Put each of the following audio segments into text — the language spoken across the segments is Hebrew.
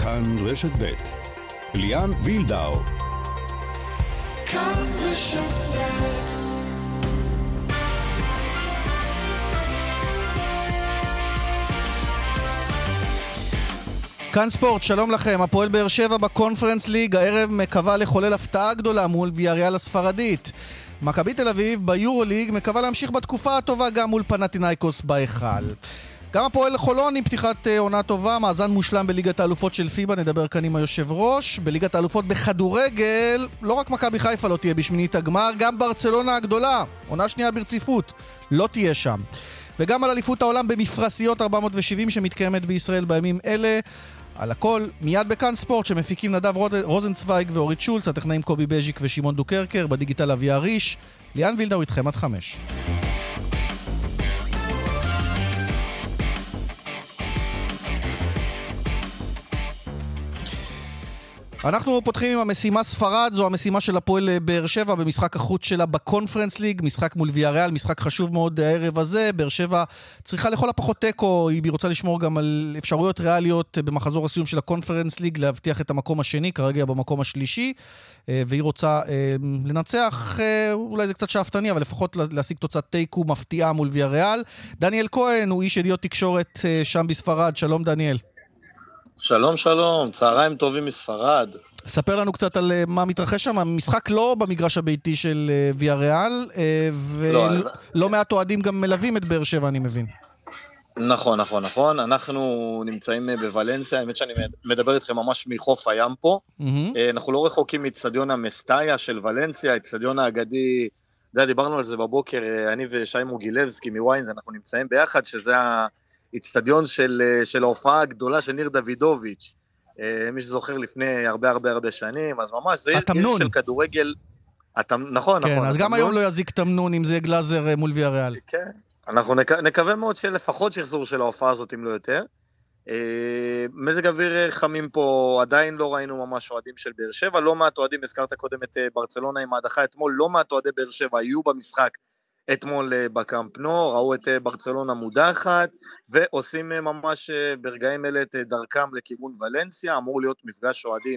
כאן רשת ב' ליאן וילדאו. כאן רשת ב'. כאן ספורט, שלום לכם. הפועל באר שבע בקונפרנס ליג הערב מקווה לחולל הפתעה גדולה מול ויאריאל הספרדית. מכבי תל אביב ביורו ליג מקווה להמשיך בתקופה הטובה גם מול פנתינייקוס בהיכל. גם הפועל חולון עם פתיחת עונה טובה, מאזן מושלם בליגת האלופות של פיבה, נדבר כאן עם היושב ראש. בליגת האלופות בכדורגל, לא רק מכבי חיפה לא תהיה בשמינית הגמר, גם ברצלונה הגדולה, עונה שנייה ברציפות, לא תהיה שם. וגם על אליפות העולם במפרסיות 470 שמתקיימת בישראל בימים אלה. על הכל, מיד בכאן ספורט שמפיקים נדב רוזנצוויג ואורית שולץ, הטכנאים קובי בז'יק ושמעון דוקרקר, בדיגיטל אבי הריש. ליאן וילדאו איתכם עד 5. אנחנו פותחים עם המשימה ספרד, זו המשימה של הפועל באר שבע במשחק החוץ שלה בקונפרנס ליג, משחק מול ויאריאל, משחק חשוב מאוד הערב הזה. באר שבע צריכה לכל הפחות טקו, היא רוצה לשמור גם על אפשרויות ריאליות במחזור הסיום של הקונפרנס ליג, להבטיח את המקום השני, כרגע במקום השלישי, והיא רוצה לנצח, אולי זה קצת שאפתני, אבל לפחות להשיג תוצאת טקו מפתיעה מול ויאריאל. דניאל כהן הוא איש ידיעות תקשורת שם בספרד, שלום דניאל. שלום, שלום, צהריים טובים מספרד. ספר לנו קצת על מה מתרחש שם, משחק לא במגרש הביתי של ויאריאל, ולא מעט אוהדים גם מלווים את באר שבע, אני מבין. נכון, אנחנו נמצאים בוולנסיה, האמת שאני מדבר איתכם ממש מחוף הים פה, אנחנו לא רחוקים מאצטדיון המסטאיה של ולנסיה, האצטדיון האגדי, דיברנו על זה בבוקר, אני ושי מוגילבסקי מוויינס, אנחנו נמצאים ביחד, שזה אצטדיון של ההופעה הגדולה של ניר דוידוביץ', מי שזוכר לפני הרבה שנים, אז ממש זה עיר של כדורגל, נכון. כן, אז גם היום לא יזיק תמנון אם זה גלאזר מול ויאריאל. כן, אנחנו נקווה מאוד שלפחות שחזור של ההופעה הזאת אם לא יותר. מזג אוויר חמים פה, עדיין לא ראינו ממש אוהדים של באר שבע, לא מעט אוהדים, הזכרת קודם את ברצלונה עם ההדחה אתמול, לא מעט אוהדי באר שבע היו במשחק אתמול בקאמפ נו, ראו את ברצלונה מודחת, ועושים ממש ברגעים אלה את דרכם לכיוון ולנסיה, אמור להיות מפגש אוהדים,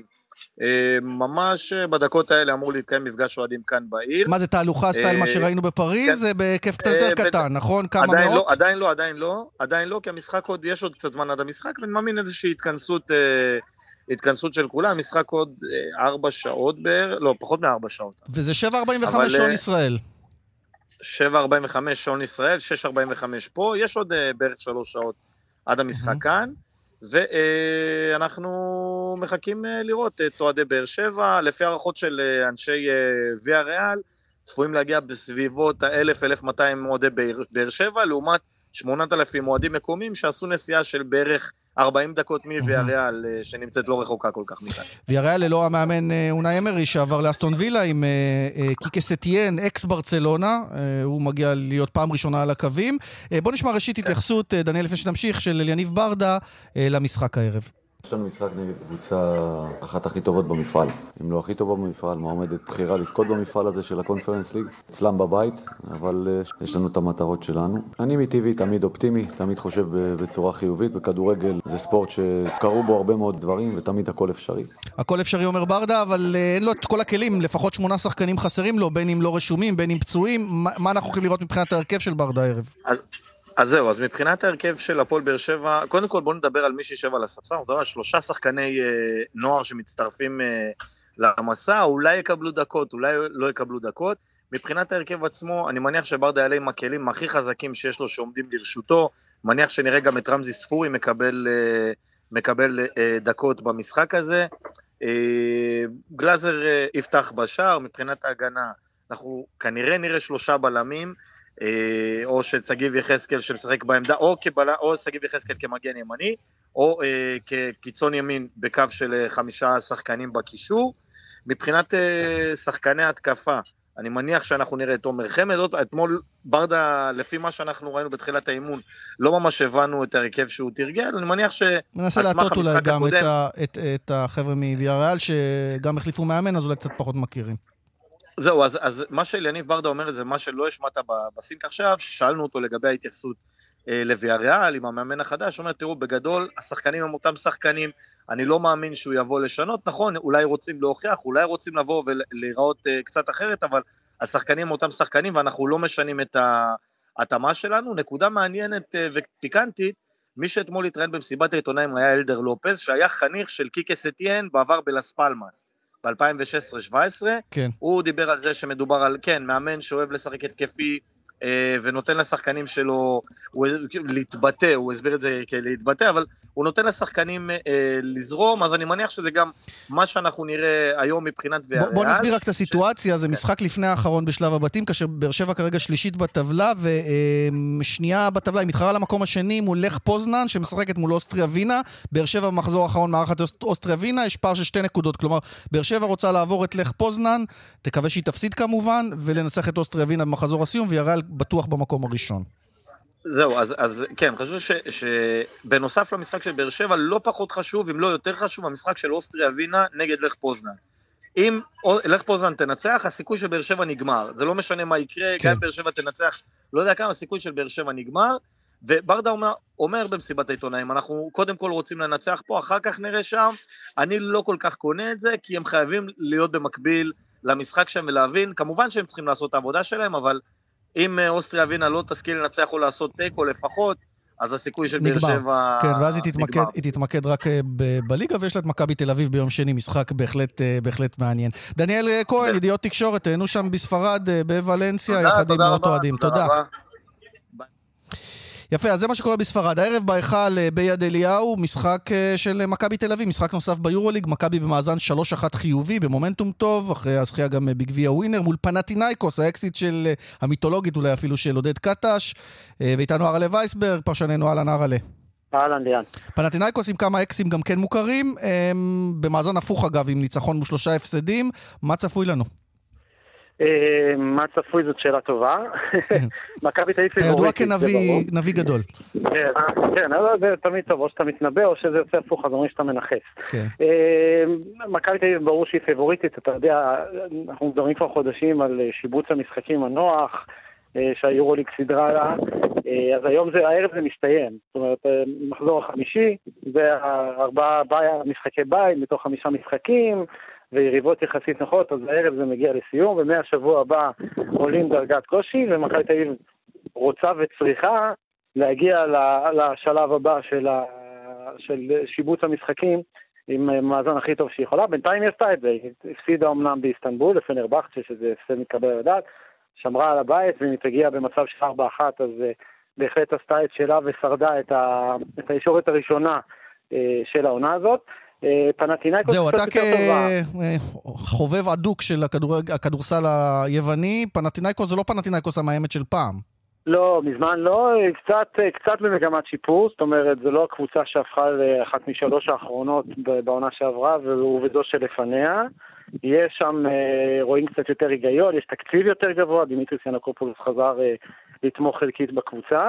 ממש בדקות האלה אמור להתקיים מפגש אוהדים כאן בעיר. מה זה תהלוכה סטייל מה שראינו בפריז? זה בהיקף קצת יותר קטן, נכון? כמה מאות? עדיין לא, כי המשחק עוד, יש עוד קצת זמן עד המשחק, ואני מאמין איזושהי התכנסות של כולם, המשחק עוד 4 שעות לא, פחות מ4 שעות. וזה 7:45 שעון ישראל. 7:45 שעון ישראל, 6:45 פה, יש עוד בערך 3 שעות עד המשחק כאן, ואנחנו מחכים לראות את אוהדי באר שבע, לפי הערכות של אנשי ויאריאל, צפויים להגיע בסביבות 1,000-1,200 אוהדי באר שבע, לעומת 8,000 אוהדים מקומיים שעשו נסיעה של בערך 40 דקות מוויאריאל, שנמצאת לא רחוקה כל כך מכאן. ויאריאל ללא המאמן אונאי אמרי שעבר לאסטון וילה עם קיקה סטיין, אקס ברצלונה, הוא מגיע להיות פעם ראשונה על הקווים. בוא נשמע ראשית התייחסות, דניאל, לפני שנמשיך, של יניב ברדה למשחק הערב. יש לנו משחק נגד קבוצה אחת הכי טובות במפעל. אם לא הכי טובה במפעל, מעומדת בחירה לזכות במפעל הזה של הקונפרנס ליג. אצלם בבית, אבל יש לנו את המטרות שלנו. אני מטבעי תמיד אופטימי, תמיד חושב בצורה חיובית. בכדורגל זה ספורט שקרו בו הרבה מאוד דברים, ותמיד הכל אפשרי. הכל אפשרי אומר ברדה, אבל אין לו את כל הכלים, לפחות 8 שחקנים חסרים לו, בין אם לא רשומים, בין אם פצועים. מה אנחנו יכולים לראות מבחינת ההרכב של ברדה הערב? אז זהו, אז מבחינת ההרכב של הפועל באר שבע, קודם כל בואו נדבר על מי שישב על הספסל, נדבר על 3 שחקני נוער שמצטרפים למסע, אולי יקבלו דקות, אולי לא יקבלו דקות. מבחינת ההרכב עצמו, אני מניח שברדה יעלה עם הכלים הכי חזקים שיש לו שעומדים לרשותו, מניח שנראה גם את רמזי ספורי מקבל דקות במשחק הזה. גלאזר יפתח בשער, מבחינת ההגנה, אנחנו כנראה נראה 3 בלמים, או שצגיב יחזקאל שמשחק בעמדה, או צגיב יחזקאל כמגן ימני, או כקיצון ימין בקו של 5 שחקנים בקישור. מבחינת שחקני התקפה, אני מניח שאנחנו נראה את תומר חמד. אתמול ברדה, לפי מה שאנחנו ראינו בתחילת האימון, לא ממש הבנו את הרכב שהוא תרגל, אני מניח מנסה להטות אולי גם את החבר'ה מוויאריאל, שגם החליפו מאמן, אז אולי קצת פחות מכירים. זהו, אז מה שיניב ברדה אומר זה מה שלא השמעת בסינק עכשיו, ששאלנו אותו לגבי ההתייחסות לוויאריאל, עם המאמן החדש, אומר, תראו, בגדול, השחקנים הם אותם שחקנים, אני לא מאמין שהוא יבוא לשנות, נכון, אולי רוצים להוכיח, אולי רוצים לבוא ולהיראות קצת אחרת, אבל השחקנים הם אותם שחקנים, ואנחנו לא משנים את ההתאמה שלנו. נקודה מעניינת ופיקנטית, מי שאתמול התראיין במסיבת העיתונאים היה אלדר לופז, שהיה חניך של קיקה סטיין בעבר בלס פלמאס, ב-2016-2017, כן. הוא דיבר על זה שמדובר על, כן, מאמן שאוהב לשחק התקפי, ונותן לשחקנים שלו להתבטא, הוא הסביר את זה כלהתבטא, אבל הוא נותן לשחקנים לזרום, אז אני מניח שזה גם מה שאנחנו נראה היום מבחינת ויאריאל. בוא נסביר רק את הסיטואציה, זה משחק לפני האחרון בשלב הבתים, כאשר באר שבע כרגע שלישית בטבלה, ושנייה בטבלה, היא מתחרה למקום השני מול לך פוזנן, שמשחקת מול אוסטריה וינה, באר שבע במחזור האחרון מערכת אוסטריה וינה, יש פער של 2 נקודות, כלומר, באר שבע רוצה לעבור את לך פוזנן, תקווה שהיא תפסיד כמובן, ולנצח את אוסטריה וינה במחזור הסיום, ויאריאל בטוח במקום הראשון. זהו, אז כן, חשוב שבנוסף למשחק של באר שבע, לא פחות חשוב, אם לא יותר חשוב, המשחק של אוסטריה וינה נגד לך פוזנן. אם לך פוזנן תנצח, הסיכוי של באר שבע נגמר. זה לא משנה מה יקרה, כן. גם באר שבע תנצח, לא יודע כמה, הסיכוי של באר שבע נגמר, וברדה אומר במסיבת העיתונאים, אנחנו קודם כל רוצים לנצח פה, אחר כך נראה שם, אני לא כל כך קונה את זה, כי הם חייבים להיות במקביל למשחק שם ולהבין, כמובן שהם צריכים לעשות את העבודה שלהם, אבל אם אוסטריה וינה לא תשכיל לנצח או לעשות טקו לפחות, אז הסיכוי של באר שבע... כן, ואז היא תתמקד רק בליגה, ויש לה את מכבי תל אביב ביום שני, משחק בהחלט מעניין. דניאל כהן, ידיעות תקשורת, היינו שם בספרד, בוולנסיה, יחד עם מאות אוהדים. תודה. יפה, אז זה מה שקורה בספרד. הערב בהיכל ביד אליהו, משחק של מכבי תל אביב, משחק נוסף ביורוליג, מכבי במאזן 3-1 חיובי, במומנטום טוב, אחרי הזכייה גם בגביע ווינר, מול פנתינייקוס, האקסיט של המיתולוגית, אולי אפילו של עודד קטש, ואיתנו הרלה וייסברג, פרשננו אהלן הרלה. אהלן ליאן. פנתינייקוס עם כמה אקסים גם כן מוכרים, במאזן הפוך אגב, עם ניצחון מול 3 הפסדים, מה צפוי לנו? מה צפוי זאת שאלה טובה. מכבי תל אביב ידוע כנביא גדול. כן, זה תמיד טוב, או שאתה מתנבא או שזה יוצא הפוך, אז אומרים שאתה מנחס. מכבי תל אביב ברור שהיא פייבוריטית, אתה יודע, אנחנו מדברים כבר חודשים על שיבוץ המשחקים הנוח, שהיורוליג סדרה לה, אז היום הערב זה מסתיים, זאת אומרת, מחזור החמישי, זה 4 משחקי בית, מתוך 5 משחקים, ויריבות יחסית נוחות, אז הערב זה מגיע לסיום, ומהשבוע הבא עולים דרגת קושי, ומכבי תל אביב רוצה וצריכה להגיע לשלב הבא של שיבוץ המשחקים, עם מאזן הכי טוב שהיא יכולה. בינתיים היא עשתה את זה, היא הפסידה אומנם באיסטנבול, לפנרבחצ'ה, שזה הפסד מתקבל לדעת, שמרה על הבית, ואם היא תגיע במצב של 4-1, אז בהחלט עשתה את שלה ושרדה את הישורת הראשונה של העונה הזאת. פנתינייקוס זהו, אתה כחובב עדוק של הכדורסל היווני, פנתינייקוס זה לא פנתינייקוס המאיימת של פעם. לא, מזמן לא, קצת במגמת שיפור, זאת אומרת, זה לא הקבוצה שהפכה לאחת מ3 האחרונות בעונה שעברה, ובזו שלפניה. יש שם, רואים קצת יותר היגיון, יש תקציב יותר גבוה, דימיטריס ינקופולוס חזר לתמוך חלקית בקבוצה,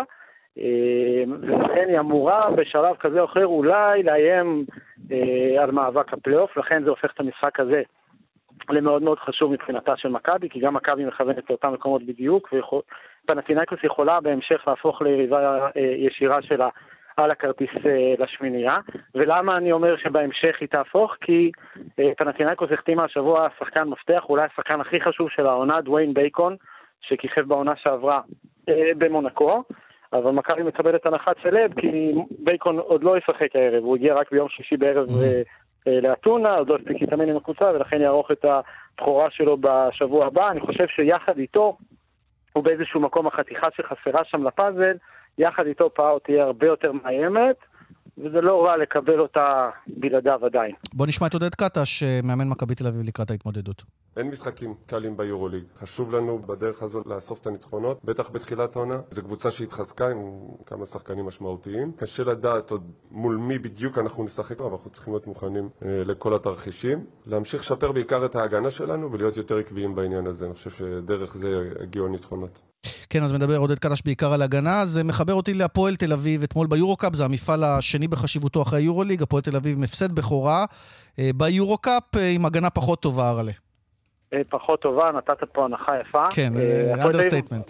ולכן היא אמורה בשלב כזה או אחר אולי לאיים על מאבק הפלייאוף, לכן זה הופך את המשחק הזה למאוד מאוד חשוב מבחינתה של מכבי, כי גם מכבי מכוונת לאותם מקומות בדיוק, ופנתינייקוס יכולה בהמשך להפוך ליריבה ישירה שלה על הכרטיס לשמינייה. ולמה אני אומר שבהמשך היא תהפוך? כי פנתינייקוס החתימה השבוע שחקן מפתח, אולי השחקן הכי חשוב של העונה, דוויין בייקון, שכיכב בעונה שעברה במונקו, אבל מכבי מקבלת הנחת סלב, כי בייקון עוד לא ישחק הערב, הוא הגיע רק ביום שישי בערב לאתונה, עוד לא הספיק להתאמן עם הקבוצה, ולכן יערוך את הבכורה שלו בשבוע הבא. אני חושב שיחד איתו, הוא באיזשהו מקום החתיכה שחסרה שם לפאזל, יחד איתו פאו תהיה הרבה יותר מאיימת, וזה לא רע לקבל אותה בלעדיו עדיין. בוא נשמע את עודד קטש, מאמן מכבי תל אביב לקראת ההתמודדות. אין משחקים קלים ביורוליג. חשוב לנו בדרך הזו לאסוף את הניצחונות, בטח בתחילת העונה. זו קבוצה שהתחזקה עם כמה שחקנים משמעותיים. קשה לדעת עוד מול מי בדיוק אנחנו נשחק, אבל אנחנו צריכים להיות מוכנים לכל התרחישים. להמשיך לשפר בעיקר את ההגנה שלנו ולהיות יותר עקביים בעניין הזה. אני חושב שדרך זה הגיעו הניצחונות. כן, אז מדבר עודד קטש בעיקר על הגנה, זה מחבר אותי להפועל תל אביב, אתמול ביורוקאפ, זה המפעל השני בחשיבותו אחרי היורוליג, הפועל תל אביב מפסד בכורה, ביורוקאפ עם הגנה פחות טובה, הרלה. פחות טובה, נתת פה הנחה יפה. כן, אנדרסטייטמנט.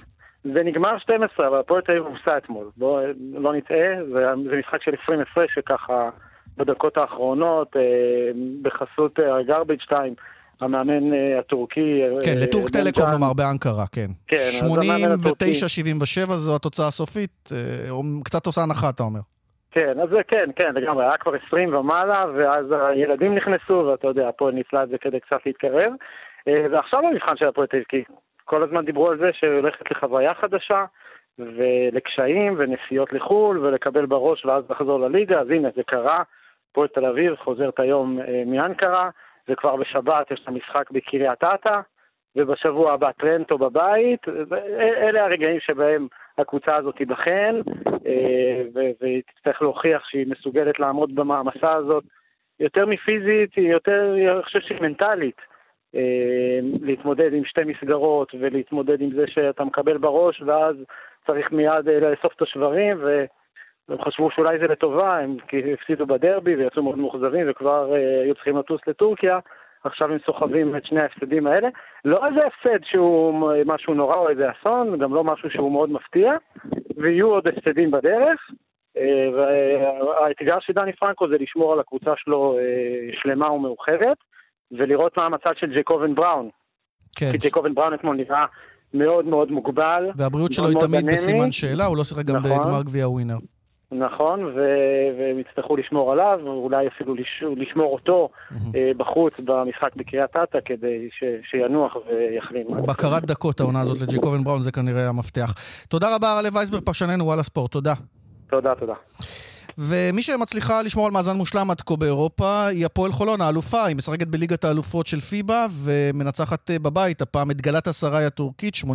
זה נגמר 12, אבל הפועל תל אביב הופסה אתמול. בואו לא נטעה, זה משחק של 20 שככה בדקות האחרונות, בחסות גרביץ' 2, המאמן הטורקי. כן, לטורק טלקום נאמר באנקרה, כן. 89-77 זו התוצאה הסופית, או קצת עושה הנחה, אתה אומר. כן, אז כן, לגמרי, היה כבר 20 ומעלה, ואז הילדים נכנסו, ואתה יודע, הפועל ניצלה את זה כדי קצת להתקרב. ועכשיו המבחן של הפועל תל אביב, כל הזמן דיברו על זה שהולכת לחוויה חדשה, ולקשיים, ונסיעות לחול, ולקבל בראש, ואז לחזור לליגה. אז הנה, זה קרה. הפועל תל אביב חוזרת היום מאנקרה, וכבר בשבת יש לה משחק בקריית אתא, ובשבוע הבא טרנטו בבית. אלה הרגעים שבהם הקבוצה הזאת תיבחן, והיא תצטרך להוכיח שהיא מסוגלת לעמוד במעמסה הזאת, יותר מפיזית, יותר, אני חושב שהיא מנטלית, להתמודד עם שתי מסגרות, ולהתמודד עם זה שאתה מקבל בראש, ואז צריך מיד לאסוף את השברים, והם חשבו שאולי זה לטובה, הם הפסידו בדרבי, ויצאו מאוד מוחזרים, וכבר היו צריכים לטוס לטורקיה, עכשיו הם סוחבים את שני ההפסדים האלה. לא איזה הפסד שהוא משהו נורא או איזה אסון, גם לא משהו שהוא מאוד מפתיע, ויהיו עוד הפסדים בדרך, והאתגר של דני פרנקו זה לשמור על הקבוצה שלו שלמה ומאוחדת, ולראות מה המצב של ג'ייקובן בראון. כן. כי ג'ייקובן בראון אתמול נראה מאוד מאוד מוגבל. והבריאות שלו היא תמיד בסימן שאלה, הוא לא שיחק גם בגמר גביע ווינר. נכון, והם יצטרכו לשמור עליו, ואולי אפילו לשמור אותו בחוץ במשחק בקריית אתא, כדי שינוח ויחלים. בקרת דקות העונה הזאת לג'ייקובן בראון, זה כנראה המפתח. תודה רבה, רלי וייסברג, פרשננו וואלה ספורט, תודה. תודה. ומי שמצליחה לשמור על מאזן מושלם עד כה באירופה היא הפועל חולון, האלופה. היא משחקת בליגת האלופות של פיבה ומנצחת בבית, הפעם את גלת הסראי הטורקית, 82-73.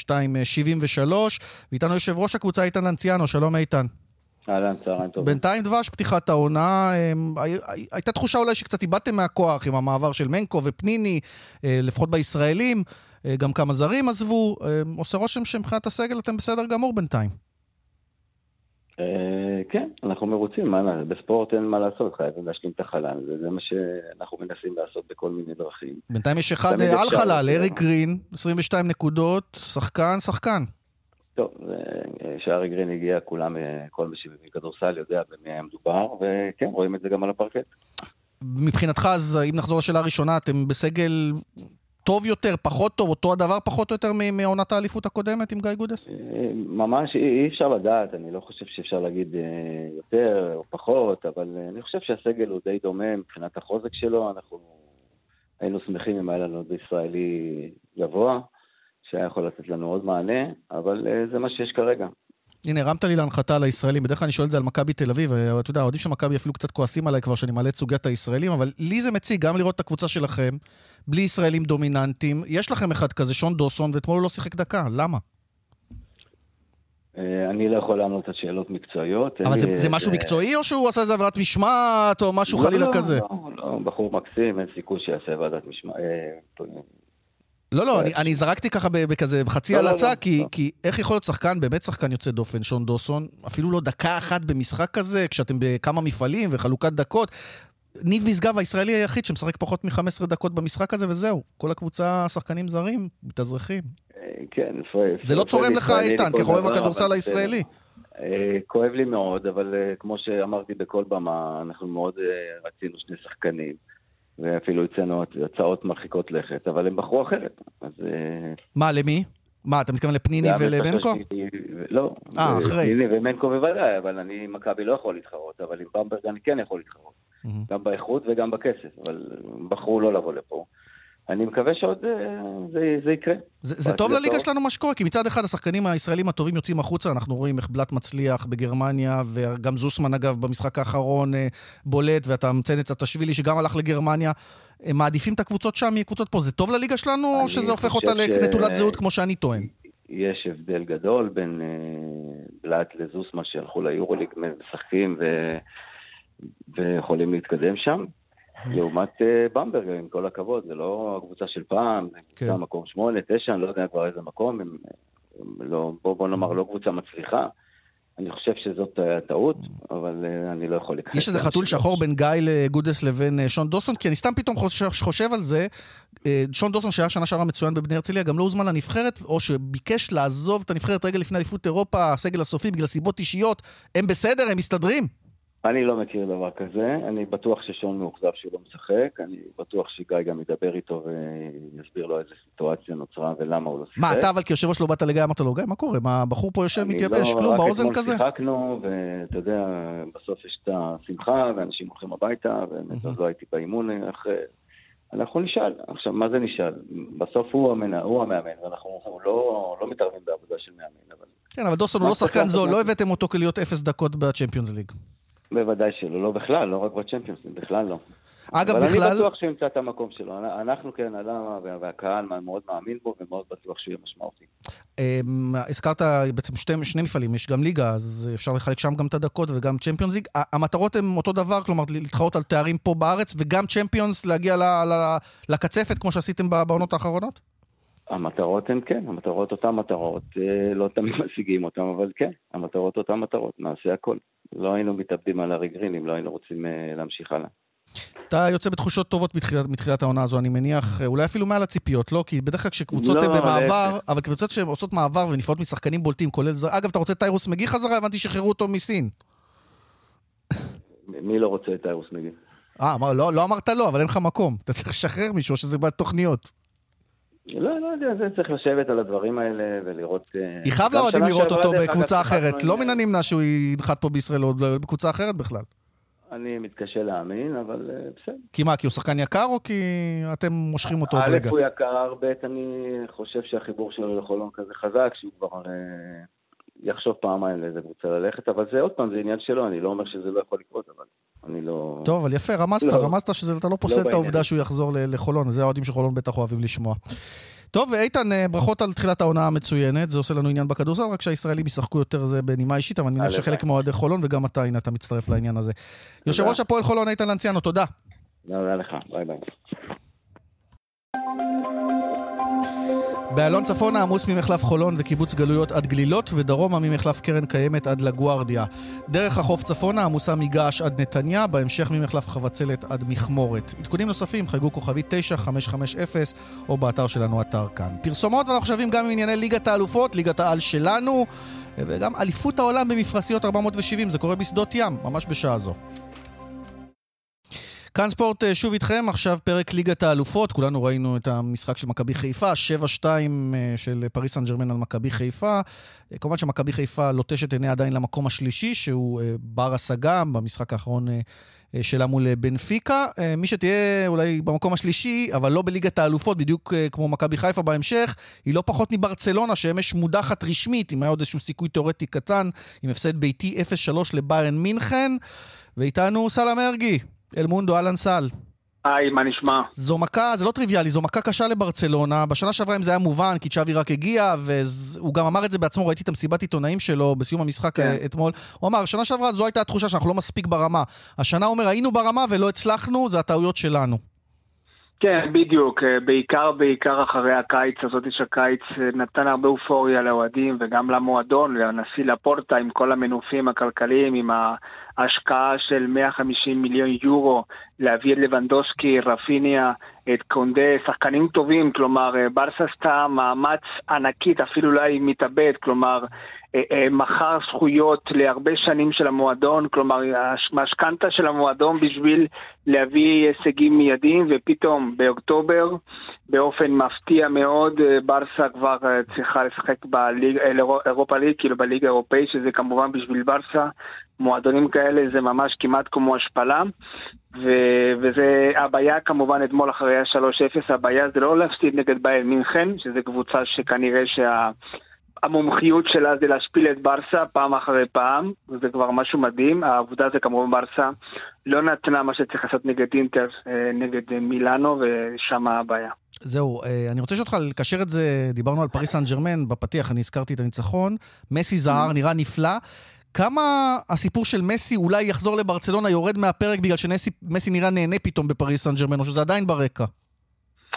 ואיתנו יושב ראש הקבוצה איתן לנציאנו, שלום איתן. אהלן, צהריים טובים. בינתיים דבש פתיחת העונה, הייתה תחושה אולי שקצת איבדתם מהכוח עם המעבר של מנקו ופניני, לפחות בישראלים, גם כמה זרים עזבו, עושה רושם שמבחינת הסגל אתם בסדר גמור בינתיים. כן, אנחנו מרוצים, בספורט אין מה לעשות, חייבים להשלים את החלל, זה מה שאנחנו מנסים לעשות בכל מיני דרכים. בינתיים יש אחד על חלל, אריק גרין, 22 נקודות, שחקן. טוב, שארי גרין הגיע, כולם, כל מי שבכדורסל יודע במי היה מדובר, וכן, רואים את זה גם על הפרקט. מבחינתך, אז אם נחזור לשאלה הראשונה, אתם בסגל טוב יותר, פחות טוב, אותו הדבר פחות או יותר מעונת האליפות הקודמת עם גיא גודס? ממש אי אפשר לדעת, אני לא חושב שאפשר להגיד יותר או פחות, אבל אני חושב שהסגל הוא די דומה מבחינת החוזק שלו, אנחנו היינו שמחים אם היה לנו בישראלי גבוה, שהיה יכול לתת לנו עוד מענה, אבל זה מה שיש כרגע. הנה, הרמת לי להנחתה על הישראלים, בדרך כלל אני שואל את זה על מכבי תל אביב, אתה יודע, העודים של מכבי אפילו קצת כועסים עליי כבר שאני מעלה את סוגיית הישראלים, אבל לי זה מציג גם לראות את הקבוצה שלכם, בלי ישראלים דומיננטיים, יש לכם אחד כזה, שון דוסון, ואתמול הוא לא שיחק דקה, למה? אני לא יכול לענות את שאלות מקצועיות. אבל זה משהו מקצועי, או שהוא עשה איזה עבירת משמעת, או משהו חלילה כזה? לא, בחור מקסים, אין סיכוי שיעשה ועדת משמעת. לא, אני זרקתי ככה בכזה בחצי הלצה, כי איך יכול להיות שחקן, באמת שחקן יוצא דופן, שון דוסון, אפילו לא דקה אחת במשחק כזה, כשאתם בכמה מפעלים וחלוקת דקות, ניב משגב הישראלי היחיד שמשחק פחות מ-15 דקות במשחק הזה, וזהו. כל הקבוצה שחקנים זרים, מתאזרחים. כן. זה לא צורם לך איתן, כחובב הכדורסל הישראלי. כואב לי מאוד, אבל כמו שאמרתי בכל במה, אנחנו מאוד רצינו שני שחקנים. ואפילו יצאנו הצעות מרחיקות לכת, אבל הם בחרו אחרת. מה, למי? מה, אתה מתכוון לפניני ולמנקו? לא, אחרי. פניני ומנקו בוודאי, אבל אני מכבי לא יכול להתחרות, אבל עם במברג אני כן יכול להתחרות. גם באיכות וגם בכסף, אבל בחרו לא לבוא לפה. אני מקווה שעוד זה יקרה. זה טוב לליגה שלנו מה שקורה, כי מצד אחד השחקנים הישראלים הטובים יוצאים החוצה, אנחנו רואים איך בלט מצליח בגרמניה, וגם זוסמן אגב במשחק האחרון בולט, ואתה מציין את צטשווילי שגם הלך לגרמניה, הם מעדיפים את הקבוצות שם מקבוצות פה, זה טוב לליגה שלנו, או שזה הופך אותה לנטולת זהות כמו שאני טוען? יש הבדל גדול בין בלט לזוסמן שהלכו ליורוליג, משחקים ויכולים להתקדם שם. לעומת במברג, עם כל הכבוד, זה לא הקבוצה של פעם, זה קבוצה מקום 8, 9, אני לא יודע כבר איזה מקום, בוא נאמר, לא קבוצה מצליחה. אני חושב שזאת טעות, אבל אני לא יכול לקחת. יש איזה חתול שחור בין גיא לגודס לבין שון דוסון, כי אני סתם פתאום חושב על זה, שון דוסון שהיה שנה שעברה מצוין בבני הרצליה, גם לא הוזמן לנבחרת, או שביקש לעזוב את הנבחרת רגע לפני אליפות אירופה, הסגל הסופי בגלל סיבות אישיות. הם בסדר, הם מסתדרים? אני לא מכיר דבר כזה, אני בטוח ששון מאוכזב שהוא לא משחק, אני בטוח שגיא גם ידבר איתו ויסביר לו איזה סיטואציה נוצרה ולמה הוא לא שיחק. מה, אתה אבל כיושב ראש לא באת לגיא, אמרת לו, גיא, מה קורה? מה, הבחור פה יושב מתייבש, כלום, באוזן כזה? רק אתמול שיחקנו, ואתה יודע, בסוף יש את השמחה, ואנשים הולכים הביתה, ובאמת לא הייתי באימון אחרי... אנחנו נשאל, עכשיו, מה זה נשאל? בסוף הוא המאמן, ואנחנו לא מתערבים בעבודה של מאמן, אבל... כן, אבל דוסון הוא לא שחקן זול, לא הבאתם אותו כלהיות 0 דקות בצ'מפיונס ליג. בוודאי שלא, לא בכלל, לא רק בצ'מפיונס ליג, בכלל לא. אגב, אבל בכלל... אני בטוח שהוא ימצא את המקום שלו. אנחנו כן, והקהל מאוד מאמין בו, ומאוד בטוח שהוא יהיה משמעותי. הזכרת בעצם שני מפעלים, יש גם ליגה, אז אפשר לחלק שם גם את הדקות וגם צ'מפיונס ליג. המטרות הן אותו דבר, כלומר, להתחרות על תארים פה בארץ, וגם צ'מפיונס להגיע לקצפת, כמו שעשיתם בעונות האחרונות? המטרות הן כן, המטרות אותן מטרות, לא תמיד משיגים אותן, אבל כן, המטרות אותן מטרות, נעשה הכל. לא היינו מתאבדים על הרגרינים, לא היינו רוצים להמשיך הלאה. אתה יוצא בתחושות טובות מתחילת העונה הזו, אני מניח, אולי אפילו מעל הציפיות, לא? כי בדרך כלל כשקבוצות הן במעבר, אבל קבוצות שהן עושות מעבר ונפעות משחקנים בולטים, כולל זה, אגב, אתה רוצה טיירוס מגי חזרה? הבנתי שחררו אותו מסין. מי לא רוצה את טיירוס מגי? לא אמרת לא, אבל אין לך מקום. אתה צריך לשחרר מישהו שזה בתוכניות. לא יודע, זה צריך לשבת על הדברים האלה ולראות... יחב לאוהדים לראות אותו בקבוצה אחרת, לא מן הנמנע שהוא ינחת פה בישראל או בקבוצה אחרת בכלל. אני מתקשה להאמין, אבל בסדר. כי מה, כי הוא שחקן יקר או כי אתם מושכים אותו עוד רגע? א' הוא יקר, ב' אני חושב שהחיבור שלו לחולון כזה חזק, שהוא כבר יחשוב פעמיים לאיזה קבוצה ללכת, אבל זה עוד פעם, זה עניין שלו, אני לא אומר שזה לא יכול לקרות, אבל אני לא... טוב, אבל יפה, רמזת שאתה לא פוסל את העובדה שהוא יחזור לחולון, זה האוהדים של חולון בטח אוהבים לשמוע. טוב, איתן, ברכות על תחילת העונה המצוינת, זה עושה לנו עניין בכדורסל, רק שהישראלים ישחקו יותר זה בנימה אישית, אבל אני מניח שחלק מאוהדי חולון, וגם אתה, הנה, אתה מצטרף לעניין הזה. יושב ראש הפועל חולון, איתן לנציאנו, תודה. תודה לך, ביי ביי. באלון צפונה עמוס ממחלף חולון וקיבוץ גלויות עד גלילות, ודרומה ממחלף קרן קיימת עד לגוארדיה. דרך החוף צפונה עמוסה מגעש עד נתניה, בהמשך ממחלף חבצלת עד מכמורת. עדכונים נוספים חייגו כוכבי 9550 או באתר שלנו, אתר כאן. פרסומות, ואנחנו חושבים גם בענייני ליגת האלופות, ליגת העל שלנו, וגם אליפות העולם במפרשיות 470, זה קורה בשדות ים, ממש בשעה זו. כאן ספורט שוב איתכם, עכשיו פרק ליגת האלופות, כולנו ראינו את המשחק של מכבי חיפה, 7-2 של פריס סן ז'רמן על מכבי חיפה, כמובן שמכבי חיפה לוטשת עיניה עדיין למקום השלישי, שהוא בר השגה במשחק האחרון שלה מול בנפיקה, מי שתהיה אולי במקום השלישי, אבל לא בליגת האלופות, בדיוק כמו מכבי חיפה בהמשך, היא לא פחות מברצלונה, שאמש מודחת רשמית, אם היה עוד איזשהו סיכוי תיאורטי קטן, עם הפסד ביתי 0-3 לביירן מינכן, ואיתנו סלאם מרגי. אל מונדו, אלן סל. היי, מה נשמע? זו מכה, זה לא טריוויאלי, זו מכה קשה לברצלונה. בשנה שעברה אם זה היה מובן, כי צ'אבי רק הגיע, והוא גם אמר את זה בעצמו, ראיתי את המסיבת עיתונאים שלו בסיום המשחק אתמול. הוא אמר, שנה שעברה זו הייתה התחושה שאנחנו לא מספיק ברמה. השנה הוא אומר, היינו ברמה ולא הצלחנו, זה הטעויות שלנו. כן, בדיוק. בעיקר אחרי הקיץ, הזאת שהקיץ נתן הרבה אופוריה לאוהדים וגם למועדון, לנשיא לפורטה עם כל המנופים הכלכליים, עם ההשקעה של 150 מיליון יורו, להביא את לבנדוסקי, רפיניה, את קונדה, שחקנים טובים, כלומר, ברסה עשתה מאמץ ענקית, אפילו אולי מתאבד, כלומר, מחר זכויות להרבה שנים של המועדון, כלומר, המשכנתה של המועדון בשביל להביא הישגים מיידיים, ופתאום באוקטובר, באופן מפתיע מאוד, ברסה כבר צריכה לשחק באירופה ליג, כאילו בליגה האירופאית, שזה כמובן בשביל ברסה, מועדונים כאלה זה ממש כמעט כמו השפלה, וזה הבעיה כמובן אתמול אחרי 3-0, הבעיה זה לא להפסיד נגד ביירן מינכן, שזה קבוצה שכנראה המומחיות שלה זה להשפיל את ברסה פעם אחרי פעם, וזה כבר משהו מדהים. העבודה זה כמובן ברסה לא נתנה מה שצריך לעשות נגד אינטר, נגד מילאנו, ושם הבעיה. זהו, אני רוצה שאותך לקשר את זה, דיברנו על פריס סן ז'רמן, בפתיח אני הזכרתי את הניצחון, מסי זהר נראה נפלא, כמה הסיפור של מסי אולי יחזור לברצלונה יורד מהפרק בגלל שמסי נראה נהנה פתאום בפריס סן ז'רמן, או שזה עדיין ברקע?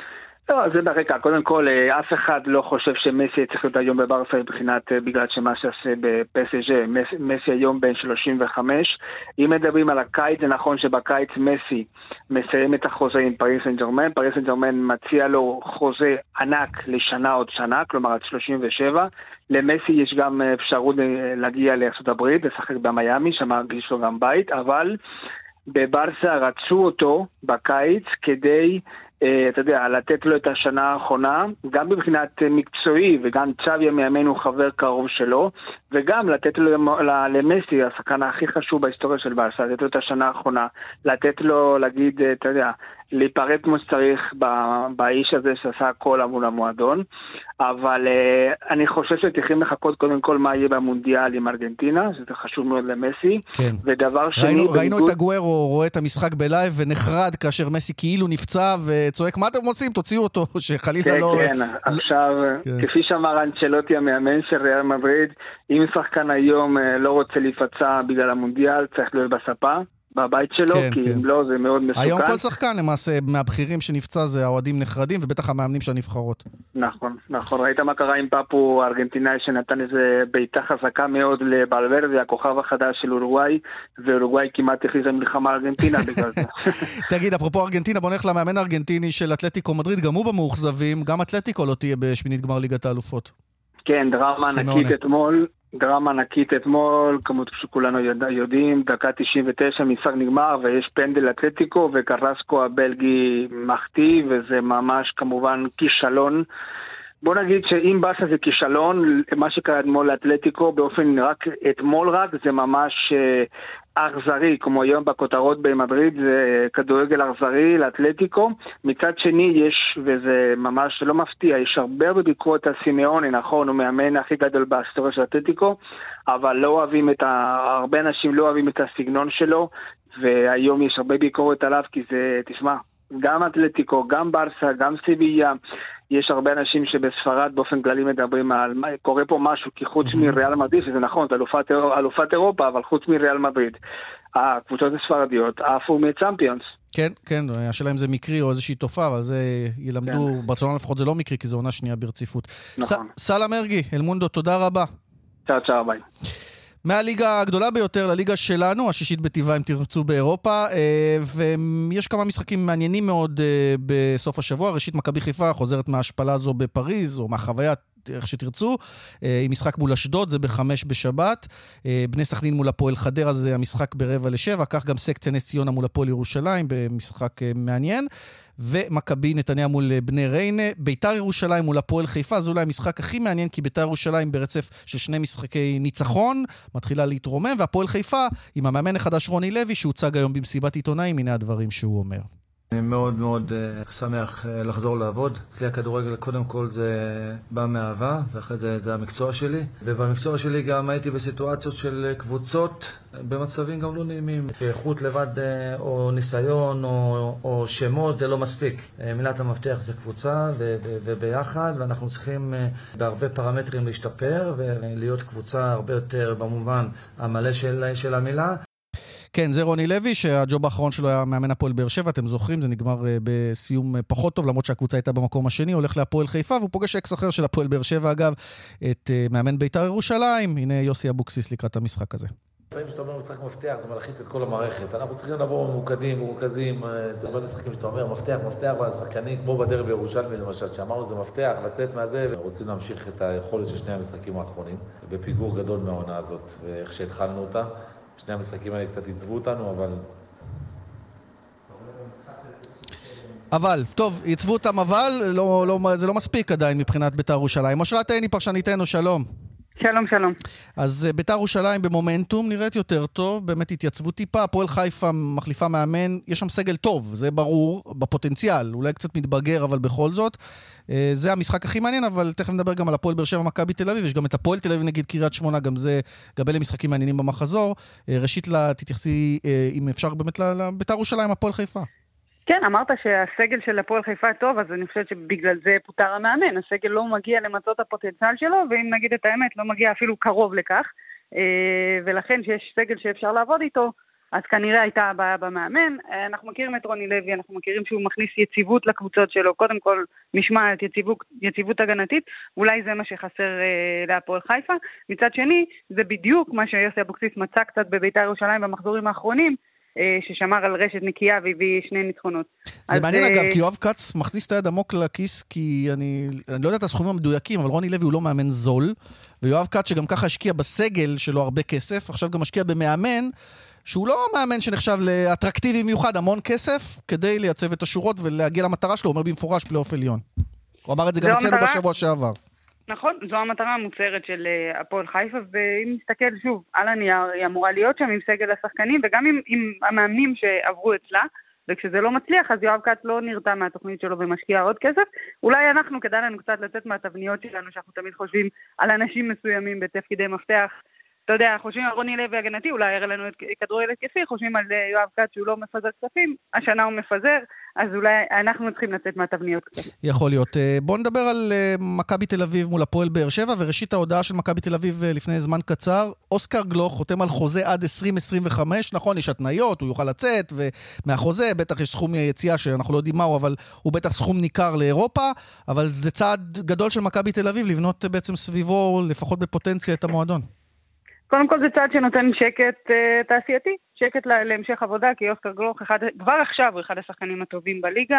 לא, זה ברקע. קודם כל, אף אחד לא חושב שמסי צריך להיות היום בברסה מבחינת בגלל שמה שעשה בפסג'. מסי היום בן 35. אם מדברים על הקיץ, זה נכון שבקיץ מסי מסיים את החוזה עם פריס סן ז'רמן. פריס סן ז'רמן מציע לו חוזה ענק לשנה עוד שנה, כלומר עד 37. למסי יש גם אפשרות להגיע לארצות הברית, לשחק במיימי, שם יש לו גם בית, אבל בברסה רצו אותו בקיץ כדי אתה יודע, לתת לו את השנה האחרונה, גם מבחינת מקצועי, וגם צ'אבי המאמן הוא חבר קרוב שלו, וגם לתת לו למסי, השחקן הכי חשוב בהיסטוריה של ברסה, לתת לו את השנה האחרונה, לתת לו, להגיד, אתה יודע, להיפרד כמו שצריך באיש הזה שעשה הכל עבור המועדון, אבל אני חושב שצריכים לחכות קודם כל מה יהיה במונדיאל עם ארגנטינה, שזה חשוב מאוד למסי, כן. ודבר שני... ראינו את הגוארו רואה את המשחק בלייב ונחרד כאשר מסי כאילו נפצע וצועק, מה אתם רוצים? תוציאו אותו, שחלילה לא... כן, עכשיו, כפי שאמר אנצ'לוטי המאמן של ריאל מדריד, אם שחקן היום לא רוצה להיפצע בגלל המונדיאל, צריך להיות בספה. בבית שלו, כי אם לא זה מאוד מסוכן. היום כל שחקן למעשה מהבכירים שנפצע זה האוהדים נחרדים, ובטח המאמנים של הנבחרות. נכון, נכון. ראית מה קרה עם פאפו הארגנטינאי שנתן איזה בעיטה חזקה מאוד לבלוורדה, הכוכב החדש של אורוגוואי, ואורוגוואי כמעט הכריזה מלחמה ארגנטינה בגלל זה. תגיד, אפרופו ארגנטינה, בוא נלך למאמן הארגנטיני של אתלטיקו מדריד, גם הוא במאוכזבים, גם אתלטיקו לא תהיה בשמינית גמר ליגת האלופות. כן, דרמה ענקית אתמול, כמות שכולנו יודעים, דקה 99 משחק נגמר ויש פנדל אתלטיקו וקרסקו הבלגי מחטיא וזה ממש כמובן כישלון. בוא נגיד שאם ברסה זה כישלון, מה שקרה אתמול לאתלטיקו באופן רק אתמול רק זה ממש אכזרי, כמו היום בכותרות במדריד, זה כדורגל אכזרי לאתלטיקו. מצד שני יש, וזה ממש לא מפתיע, יש הרבה בביקורת על סימאוני, נכון, הוא מאמן הכי גדול בהיסטוריה של אתלטיקו, אבל לא אוהבים הרבה אנשים לא אוהבים את הסגנון שלו, והיום יש הרבה ביקורת עליו, כי זה, תשמע, גם אתלטיקו, גם ברסה, גם סיביה, יש הרבה אנשים שבספרד באופן כללי מדברים על, קורה פה משהו, כי חוץ מריאל מדריד, שזה נכון, זה אלופת אירופה, אבל חוץ מריאל מדריד, הקבוצות הספרדיות עפו מצ'אמפיונס. כן, כן, השאלה אם זה מקרי או איזושהי תופעה, אבל זה ילמדו, ברצלונה לפחות זה לא מקרי, כי זה עונה שנייה ברציפות. נכון. סלאם מרגי, אלמונדו, תודה רבה. צ'או, ביי. מהליגה הגדולה ביותר לליגה שלנו, השישית בטבעה אם תרצו באירופה, ויש כמה משחקים מעניינים מאוד בסוף השבוע. ראשית מכבי חיפה חוזרת מההשפלה הזו בפריז, או מהחוויה, איך שתרצו, עם משחק מול אשדוד, זה ב-5 בשבת, בני סכנין מול הפועל חדרה, זה המשחק ב-6:45, כך גם סקציה נס ציונה מול הפועל ירושלים, במשחק מעניין, ומכבי נתניה מול בני ריינה, ביתר ירושלים מול הפועל חיפה, זה אולי המשחק הכי מעניין, כי ביתר ירושלים ברצף של 2 משחקי ניצחון, מתחילה להתרומם, והפועל חיפה עם המאמן החדש רוני לוי, שהוצג היום במסיבת עיתונאים, הנה הדברים שהוא אומר. אני מאוד מאוד שמח לחזור לעבוד. אצלי הכדורגל קודם כל זה בא מאהבה, ואחרי זה המקצוע שלי. ובמקצוע שלי גם הייתי בסיטואציות של קבוצות, במצבים גם לא נעימים. איכות לבד או ניסיון או שמות זה לא מספיק. מילת המפתח זה קבוצה וביחד, ואנחנו צריכים בהרבה פרמטרים להשתפר ולהיות קבוצה הרבה יותר במובן המלא של המילה. כן, זה רוני לוי, שהג'וב האחרון שלו היה מאמן הפועל באר שבע, אתם זוכרים, זה נגמר בסיום פחות טוב, למרות שהקבוצה הייתה במקום השני, הולך להפועל חיפה, והוא פוגש אקס אחר של הפועל באר שבע, אגב, את מאמן ביתר ירושלים, הנה יוסי אבוקסיס לקראת המשחק הזה. לפעמים שאתה אומר משחק מפתח, זה מלחיץ את כל המערכת. אנחנו צריכים לבוא מרוכזים, הרבה משחקים שאתה אומר מפתח, והשחקנים, כמו בדרבי ירושלמי למשל, שאמרנו זה מפתח, לצאת מהזה, ורוצים להמשיך את היכולת של 2 המשחקים האחרונים, בפיגור גדול מהעונה הזאת, ואיך שהתחלנו אותה. 2 המשחקים האלה קצת יצבו אותנו, אבל, טוב, יצבו אותם, אבל זה לא מספיק עדיין מבחינת ביתר ירושלים. אושרת עיני, פרשניתנו, שלום. שלום, שלום. אז ביתר ירושלים במומנטום נראית יותר טוב, באמת התייצבו טיפה, הפועל חיפה מחליפה מאמן, יש שם סגל טוב, זה ברור, בפוטנציאל, אולי קצת מתבגר, אבל בכל זאת, זה המשחק הכי מעניין, אבל תכף נדבר גם על הפועל באר שבע מכבי תל אביב, יש גם את הפועל תל אביב נגד קריית שמונה, גם אלה משחקים מעניינים במחזור. ראשית, תתייחסי, אם אפשר באמת לביתר ירושלים, הפועל חיפה. כן, אמרת שהסגל של הפועל חיפה טוב, אז אני חושבת שבגלל זה פוטר המאמן. הסגל לא מגיע למצות הפוטנציאל שלו, ואם נגיד את האמת, לא מגיע אפילו קרוב לכך. ולכן שיש סגל שאפשר לעבוד איתו, אז כנראה הייתה הבעיה במאמן. אנחנו מכירים את רוני לוי, אנחנו מכירים שהוא מכניס יציבות לקבוצות שלו, קודם כל משמעת, יציבות הגנתית, אולי זה מה שחסר להפועל חיפה. מצד שני, זה בדיוק מה שיוסי אבוקסיס מצא קצת בבית"ר ירושלים במחזורים האחרונים, ששמר על רשת נקייה והביא 2 ניצחונות. זה מעניין אגב, כי יואב כץ מכניס את היד עמוק לכיס, כי אני לא יודע את הסכומים המדויקים, אבל רוני לוי הוא לא מאמן זול, ויואב כץ שגם ככה השקיע בסגל שלו הרבה כסף, עכשיו גם משקיע במאמן, שהוא לא מאמן שנחשב לאטרקטיבי מיוחד, המון כסף, כדי לייצב את השורות ולהגיע למטרה שלו, הוא אומר במפורש פלייאוף עליון. הוא אמר את זה גם אצלנו בשבוע שעבר. נכון, זו המטרה המוצהרת של הפועל חיפה, ואם נסתכל שוב על הנייר, היא אמורה להיות שם עם סגל השחקנים, וגם עם המאמנים שעברו אצלה, וכשזה לא מצליח, אז יואב כץ לא נרתע מהתוכנית שלו ומשקיע עוד כסף. אולי אנחנו, כדאי לנו קצת לצאת מהתבניות שלנו, שאנחנו תמיד חושבים על אנשים מסוימים בתפקידי מפתח. אתה יודע, חושבים על רוני לוי הגנתי, אולי יראה לנו את כדורגל התקפי, חושבים על יואב כץ שהוא לא מפזר כספים, השנה הוא מפזר, אז אולי אנחנו צריכים לצאת מהתבניות קצת. יכול להיות. בואו נדבר על מכבי תל אביב מול הפועל באר שבע, וראשית ההודעה של מכבי תל אביב לפני זמן קצר, אוסקר גלוך חותם על חוזה עד 2025, נכון, יש התניות, הוא יוכל לצאת, ומהחוזה בטח יש סכום יציאה שאנחנו לא יודעים מהו, אבל הוא בטח סכום ניכר לאירופה, אבל זה צעד גדול של מכבי תל אביב לבנות בעצם סביבו, לפחות בפוטנציה, את המועדון. קודם כל זה צעד שנותן שקט תעשייתי, שקט להמשך עבודה, כי אוסקר גלוך כבר עכשיו הוא אחד השחקנים הטובים בליגה,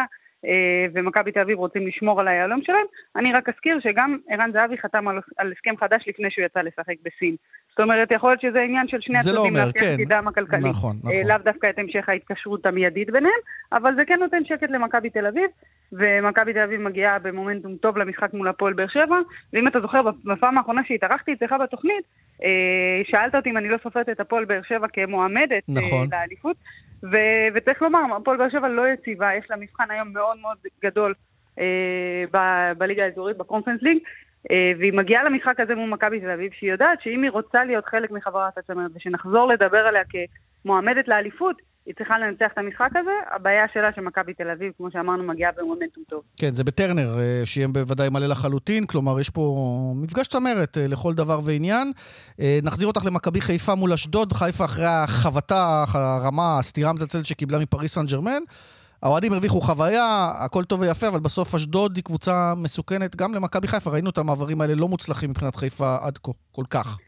ומכבי תל אביב רוצים לשמור על היהלום שלהם. אני רק אזכיר שגם ערן זהבי חתם על הסכם חדש לפני שהוא יצא לשחק בסין. זאת אומרת, יכול להיות שזה עניין של שני הצדדים להבטיח את עתידם הכלכלי. נכון. לאו דווקא את המשך ההתקשרות המיידית ביניהם, אבל זה כן נותן שקט למכבי תל אביב, ומכבי תל אביב מגיעה במומנטום טוב למשחק מול הפועל באר שבע, ואם אתה זוכר, בפעם האחרונה שהתארחתי אצלך בתוכנית, שאלת אותי אם אני לא סופרת את הפועל באר שבע כמועמדת לאליפות, וצריך לומר, הפועל באר שבע לא יציבה, יש לה מבחן היום מאוד מאוד גדול בליגה האזורית, בקונפרנס ליג, והיא מגיעה למשחק הזה מול מכבי תל אביב, שהיא יודעת שאם היא רוצה להיות חלק מחברת הצמרת, ושנחזור לדבר עליה כמועמדת לאליפות, היא צריכה לנצח את המשחק הזה. הבעיה שלה שמכבי תל אביב, כמו שאמרנו, מגיעה במומנטום טוב. כן, זה בטרנר, שיהיה בוודאי מלא לחלוטין, כלומר יש פה מפגש צמרת לכל דבר ועניין. נחזיר אותך למכבי חיפה מול אשדוד, חיפה אחרי החבטה, הרמה, הסתירה המזלזלת שקיבלה מפריס סן ז'רמן. האוהדים הרוויחו חוויה, הכל טוב ויפה, אבל בסוף אשדוד היא קבוצה מסוכנת גם למכבי חיפה. ראינו את המעברים האלה לא מוצלחים מבחינת חיפה עד כה, כל כך.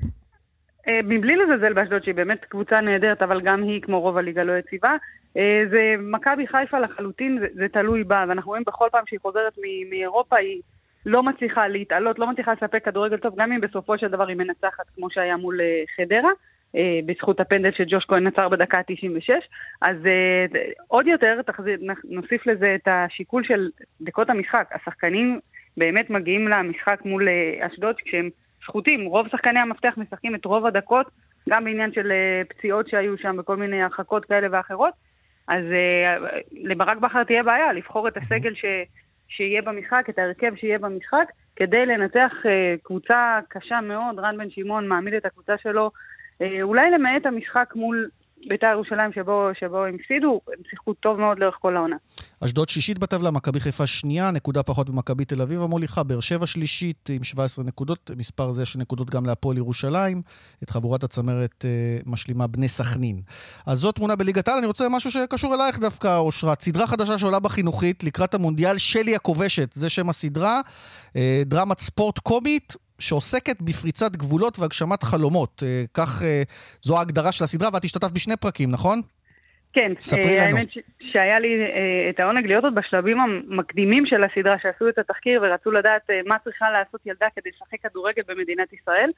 מבלי לזלזל באשדוד שהיא באמת קבוצה נהדרת, אבל גם היא כמו רוב הליגה לא יציבה. זה מכבי חיפה לחלוטין, זה תלוי בה, ואנחנו רואים בכל פעם שהיא חוזרת מאירופה, היא לא מצליחה להתעלות, לא מצליחה לספק כדורגל טוב, גם אם בסופו של דבר היא מנצחת כמו שהיה מול חדרה, בזכות הפנדל שג'וש כהן נצר בדקה 96. אז עוד יותר נוסיף לזה את השיקול של דקות המשחק. השחקנים באמת מגיעים למשחק מול אשדוד כשהם זכותים, רוב שחקני המפתח משחקים את רוב הדקות, גם בעניין של פציעות שהיו שם בכל מיני הרחקות כאלה ואחרות. אז לברק בכר תהיה בעיה לבחור את הסגל שיהיה במשחק, את ההרכב שיהיה במשחק, כדי לנצח קבוצה קשה מאוד. רן בן שמעון מעמיד את הקבוצה שלו, אולי למעט המשחק מול בית"ר ירושלים שבו הם הפסידו, הם שיחקו טוב מאוד לאורך כל העונה. אשדוד שישית בטבלה, מכבי חיפה שנייה, נקודה פחות במכבי תל אביב המוליכה, באר שבע שלישית עם 17 נקודות, מספר זה של נקודות גם להפועל ירושלים, את חבורת הצמרת משלימה בני סכנין. אז זאת תמונה בליגת העל. אני רוצה משהו שקשור אלייך דווקא, אושרת, סדרה חדשה שעולה בחינוכית לקראת המונדיאל, שלי הכובשת, זה שם הסדרה, דרמת ספורט קומית, שעוסקת בפריצת גבולות והגשמת חלומות. כך זו ההגדרה של הסדרה, ואת השתתף בשני פרקים, נכון? כן, האמת שהיה לי את העונג להיות עוד בשלבים המקדימים של הסדרה, שעשו את התחקיר ורצו לדעת מה צריכה לעשות ילדה כדי לשחק כדורגל במדינת ישראל,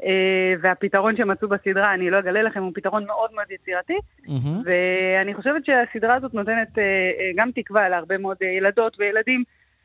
והפתרון שמצאו בסדרה, אני לא אגלה לכם, הוא פתרון מאוד מאוד יצירתי, ואני חושבת שהסדרה הזאת נותנת גם תקווה להרבה מאוד ילדות וילדים,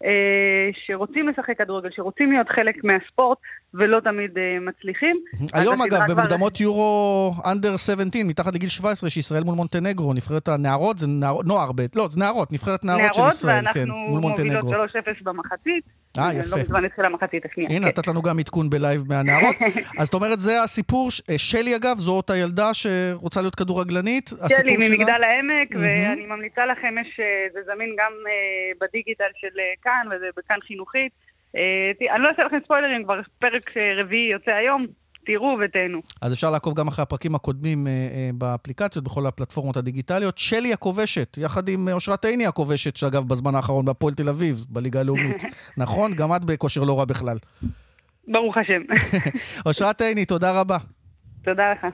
שרוצים לשחק כדורגל, שרוצים להיות חלק מהספורט ולא תמיד מצליחים. היום אגב, במוקדמות יורו אנדר 17, מתחת לגיל 17, שישראל מול מונטנגרו, נבחרת הנערות, זה נוער בית, לא, זה נערות, נבחרת נערות של ישראל, כן, מול מונטנגרו. ואנחנו מובילות 3-0 במחצית. יפה. לא מזמן התחילה המחצית השנייה. הנה, נתת לנו גם עדכון בלייב מהנערות. אז זאת אומרת, זה הסיפור, שלי אגב, זו אותה ילדה שרוצה להיות כדורגלנית. שלי ממגדל העמק, ואני ממליצה לכם, זה זמין גם בדיגיטל של כאן, וזה בכאן חינוכית. אני לא אעשה לכם ספוילרים, כבר פרק רביעי יוצא היום, תראו ותהנו. אז אפשר לעקוב גם אחרי הפרקים הקודמים באפליקציות, בכל הפלטפורמות הדיגיטליות. שלי הכובשת, יחד עם אושרת עיני הכובשת, שאגב בזמן האחרון בהפועל תל אביב, בליגה הלאומית. נכון? גם את בכושר לא רע בכלל. ברוך השם. אושרת עיני, תודה רבה. תודה לך.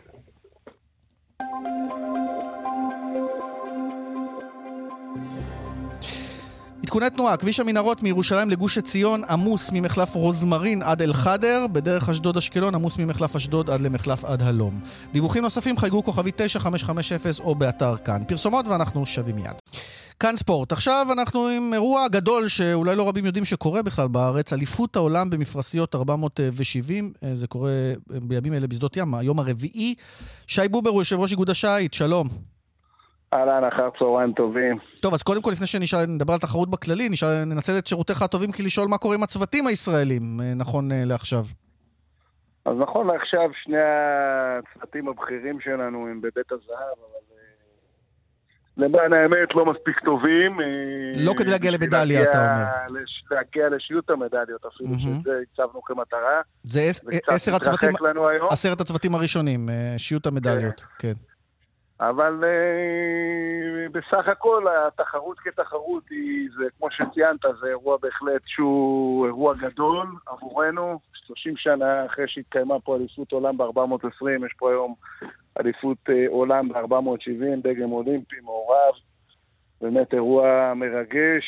עדכוני תנועה, כביש המנהרות מירושלים לגוש עציון עמוס ממחלף רוזמרין עד אל חדר, בדרך אשדוד אשקלון עמוס ממחלף אשדוד עד למחלף עד הלום. דיווחים נוספים חייגו כוכבי 9550 או באתר כאן. פרסומות ואנחנו שווים מיד. כאן ספורט. עכשיו אנחנו עם אירוע גדול שאולי לא רבים יודעים שקורה בכלל בארץ, אליפות העולם במפרשיות 470, זה קורה בימים אלה בשדות ים, היום הרביעי. שי בובר הוא יושב ראש איגוד השייט, שלום. אהלן, אחר צהריים טובים. טוב, אז קודם כל, לפני שנדבר על תחרות בכללי, ננצל את שירותיך הטובים כי לשאול מה קורה עם הצוותים הישראלים, נכון לעכשיו. אז נכון לעכשיו, שני הצוותים הבכירים שלנו הם בבית הזהב, אבל למען האמת לא מספיק טובים. לא כדי להגיע למדליה, אתה אומר. להגיע לשיעוט המדליות אפילו, שזה הצבנו כמטרה. זה 10 הצוותים הראשונים, שיעוט המדליות, כן. אבל בסך הכל התחרות כתחרות היא, זה כמו שציינת, זה אירוע בהחלט שהוא אירוע גדול עבורנו. 30 שנה אחרי שהתקיימה פה אליפות עולם ב-420, יש פה היום אליפות עולם ב-470, דגם אולימפי מעורב. באמת אירוע מרגש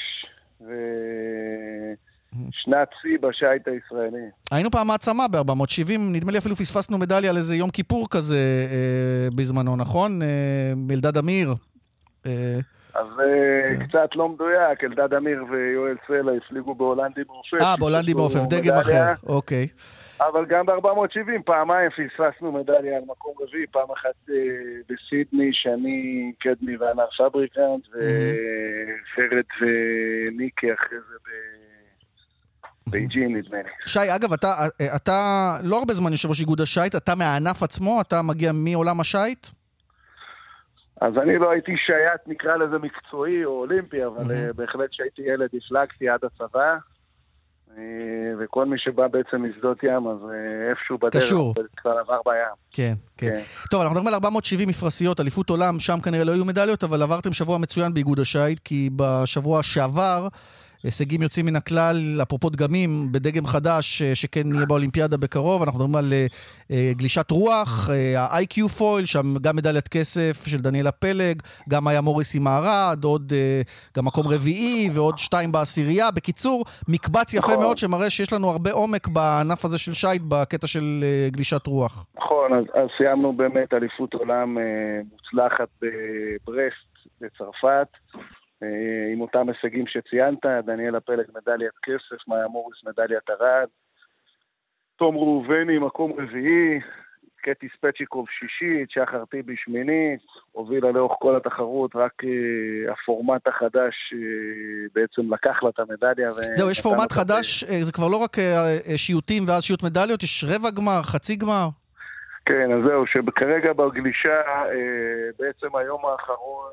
ושנת שיא בשייט הישראלי. היינו פעם מעצמה ב-470, נדמה לי אפילו פספסנו מדליה על איזה יום כיפור כזה בזמנו, נכון? אלדד אמיר. אז קצת לא מדויק, אלדד אמיר ויואל סלע הפליגו בהולנדי באופף. בהולנדי באופף, דגם אחר, אוקיי. אבל גם ב-470 פעמיים פספסנו מדליה על מקום רביעי, פעם אחת בסידני, שני קדמי וענר פבריקנט, ופרד וניקי אחרי זה בייג'ין, נדמה לי. שי, אגב, אתה לא הרבה זמן יושב ראש איגוד השייט, אתה מהענף עצמו, אתה מגיע מעולם השייט? אז אני לא הייתי שייט, נקרא לזה מקצועי או אולימפי, אבל בהחלט שהייתי ילד הפלגתי עד הצבא, וכל מי שבא בעצם משדות ים, אז איפשהו בדרך, כבר עבר בים. כן, כן. טוב, אנחנו מדברים על 470 מפרשיות, אליפות עולם, שם כנראה לא היו מדליות, אבל עברתם שבוע מצוין באיגוד השייט, כי בשבוע שעבר הישגים יוצאים מן הכלל, אפרופו דגמים, בדגם חדש שכן יהיה באולימפיאדה בקרוב. אנחנו מדברים על גלישת רוח, ה-IQ פויל, שם גם מדליית כסף של דניאלה פלג, גם היה מוריס עם הערד, עוד גם מקום רביעי ועוד 2 בעשירייה. בקיצור, מקבץ יפה מאוד שמראה שיש לנו הרבה עומק בענף הזה של שייט בקטע של גלישת רוח. נכון, אז סיימנו באמת אליפות עולם מוצלחת בברסט בצרפת, עם אותם הישגים שציינת, דניאלה פלג מדליית כסף, מאיה מוריס מדליית ארד, תום ראובני מקום רביעי, קטי ספצ'יקוב שישית, שחר טיבי שמינית, הובילה לאורך כל התחרות, רק הפורמט החדש בעצם לקח לה את המדליה. זהו, יש פורמט חדש, זה כבר לא רק שיוטים ואז שיוט מדליות, יש רבע גמר, חצי גמר. כן, אז זהו, שכרגע בגלישה, בעצם היום האחרון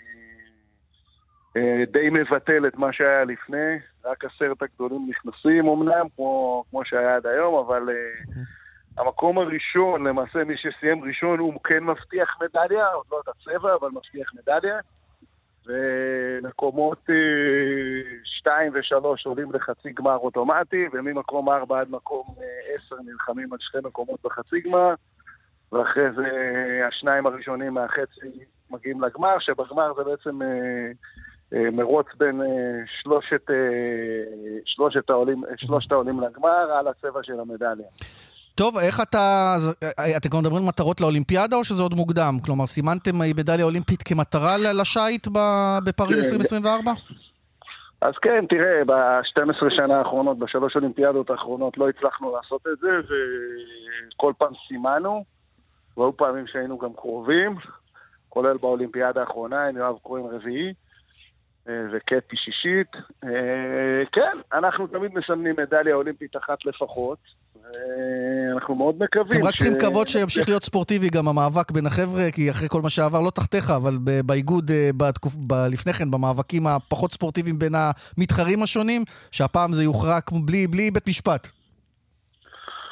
די מבטל את מה שהיה לפני, רק 10 הגדולים נכנסים אומנם, כמו שהיה עד היום, אבל המקום הראשון, למעשה מי שסיים ראשון, הוא כן מבטיח מדליה, עוד לא את הצבע, אבל מבטיח מדליה, ומקומות 2 ו3 עולים לחצי גמר אוטומטי, וממקום 4 עד מקום 10 נלחמים על 2 מקומות בחצי גמר, ואחרי זה השניים הראשונים מהחצי מגיעים לגמר, שבגמר זה בעצם מרוץ בין שלושת העולים לגמר על הצבע של המדליה. טוב, איך אתם כבר מדברים על מטרות לאולימפיאדה או שזה עוד מוקדם? כלומר, סימנתם מדליה אולימפית כמטרה לשייט בפריז 2024? אז כן, תראה, ב-12 שנה האחרונות, ב3 אולימפיאדות האחרונות לא הצלחנו לעשות את זה, וכל פעם סימנו, והיו פעמים שהיינו גם קרובים, כולל באולימפיאדה האחרונה, עם יואב כהן רביעי, וקטי שישית. כן, אנחנו תמיד מסמנים מדליה אולימפית אחת לפחות, ואנחנו מאוד מקווים. אתם רק צריכים לקוות שימשיך להיות ספורטיבי גם המאבק בין החבר'ה, כי אחרי כל מה שעבר לא תחתיך, אבל באיגוד לפני כן, במאבקים הפחות ספורטיביים בין המתחרים השונים, שהפעם זה יוכרע בלי בית משפט.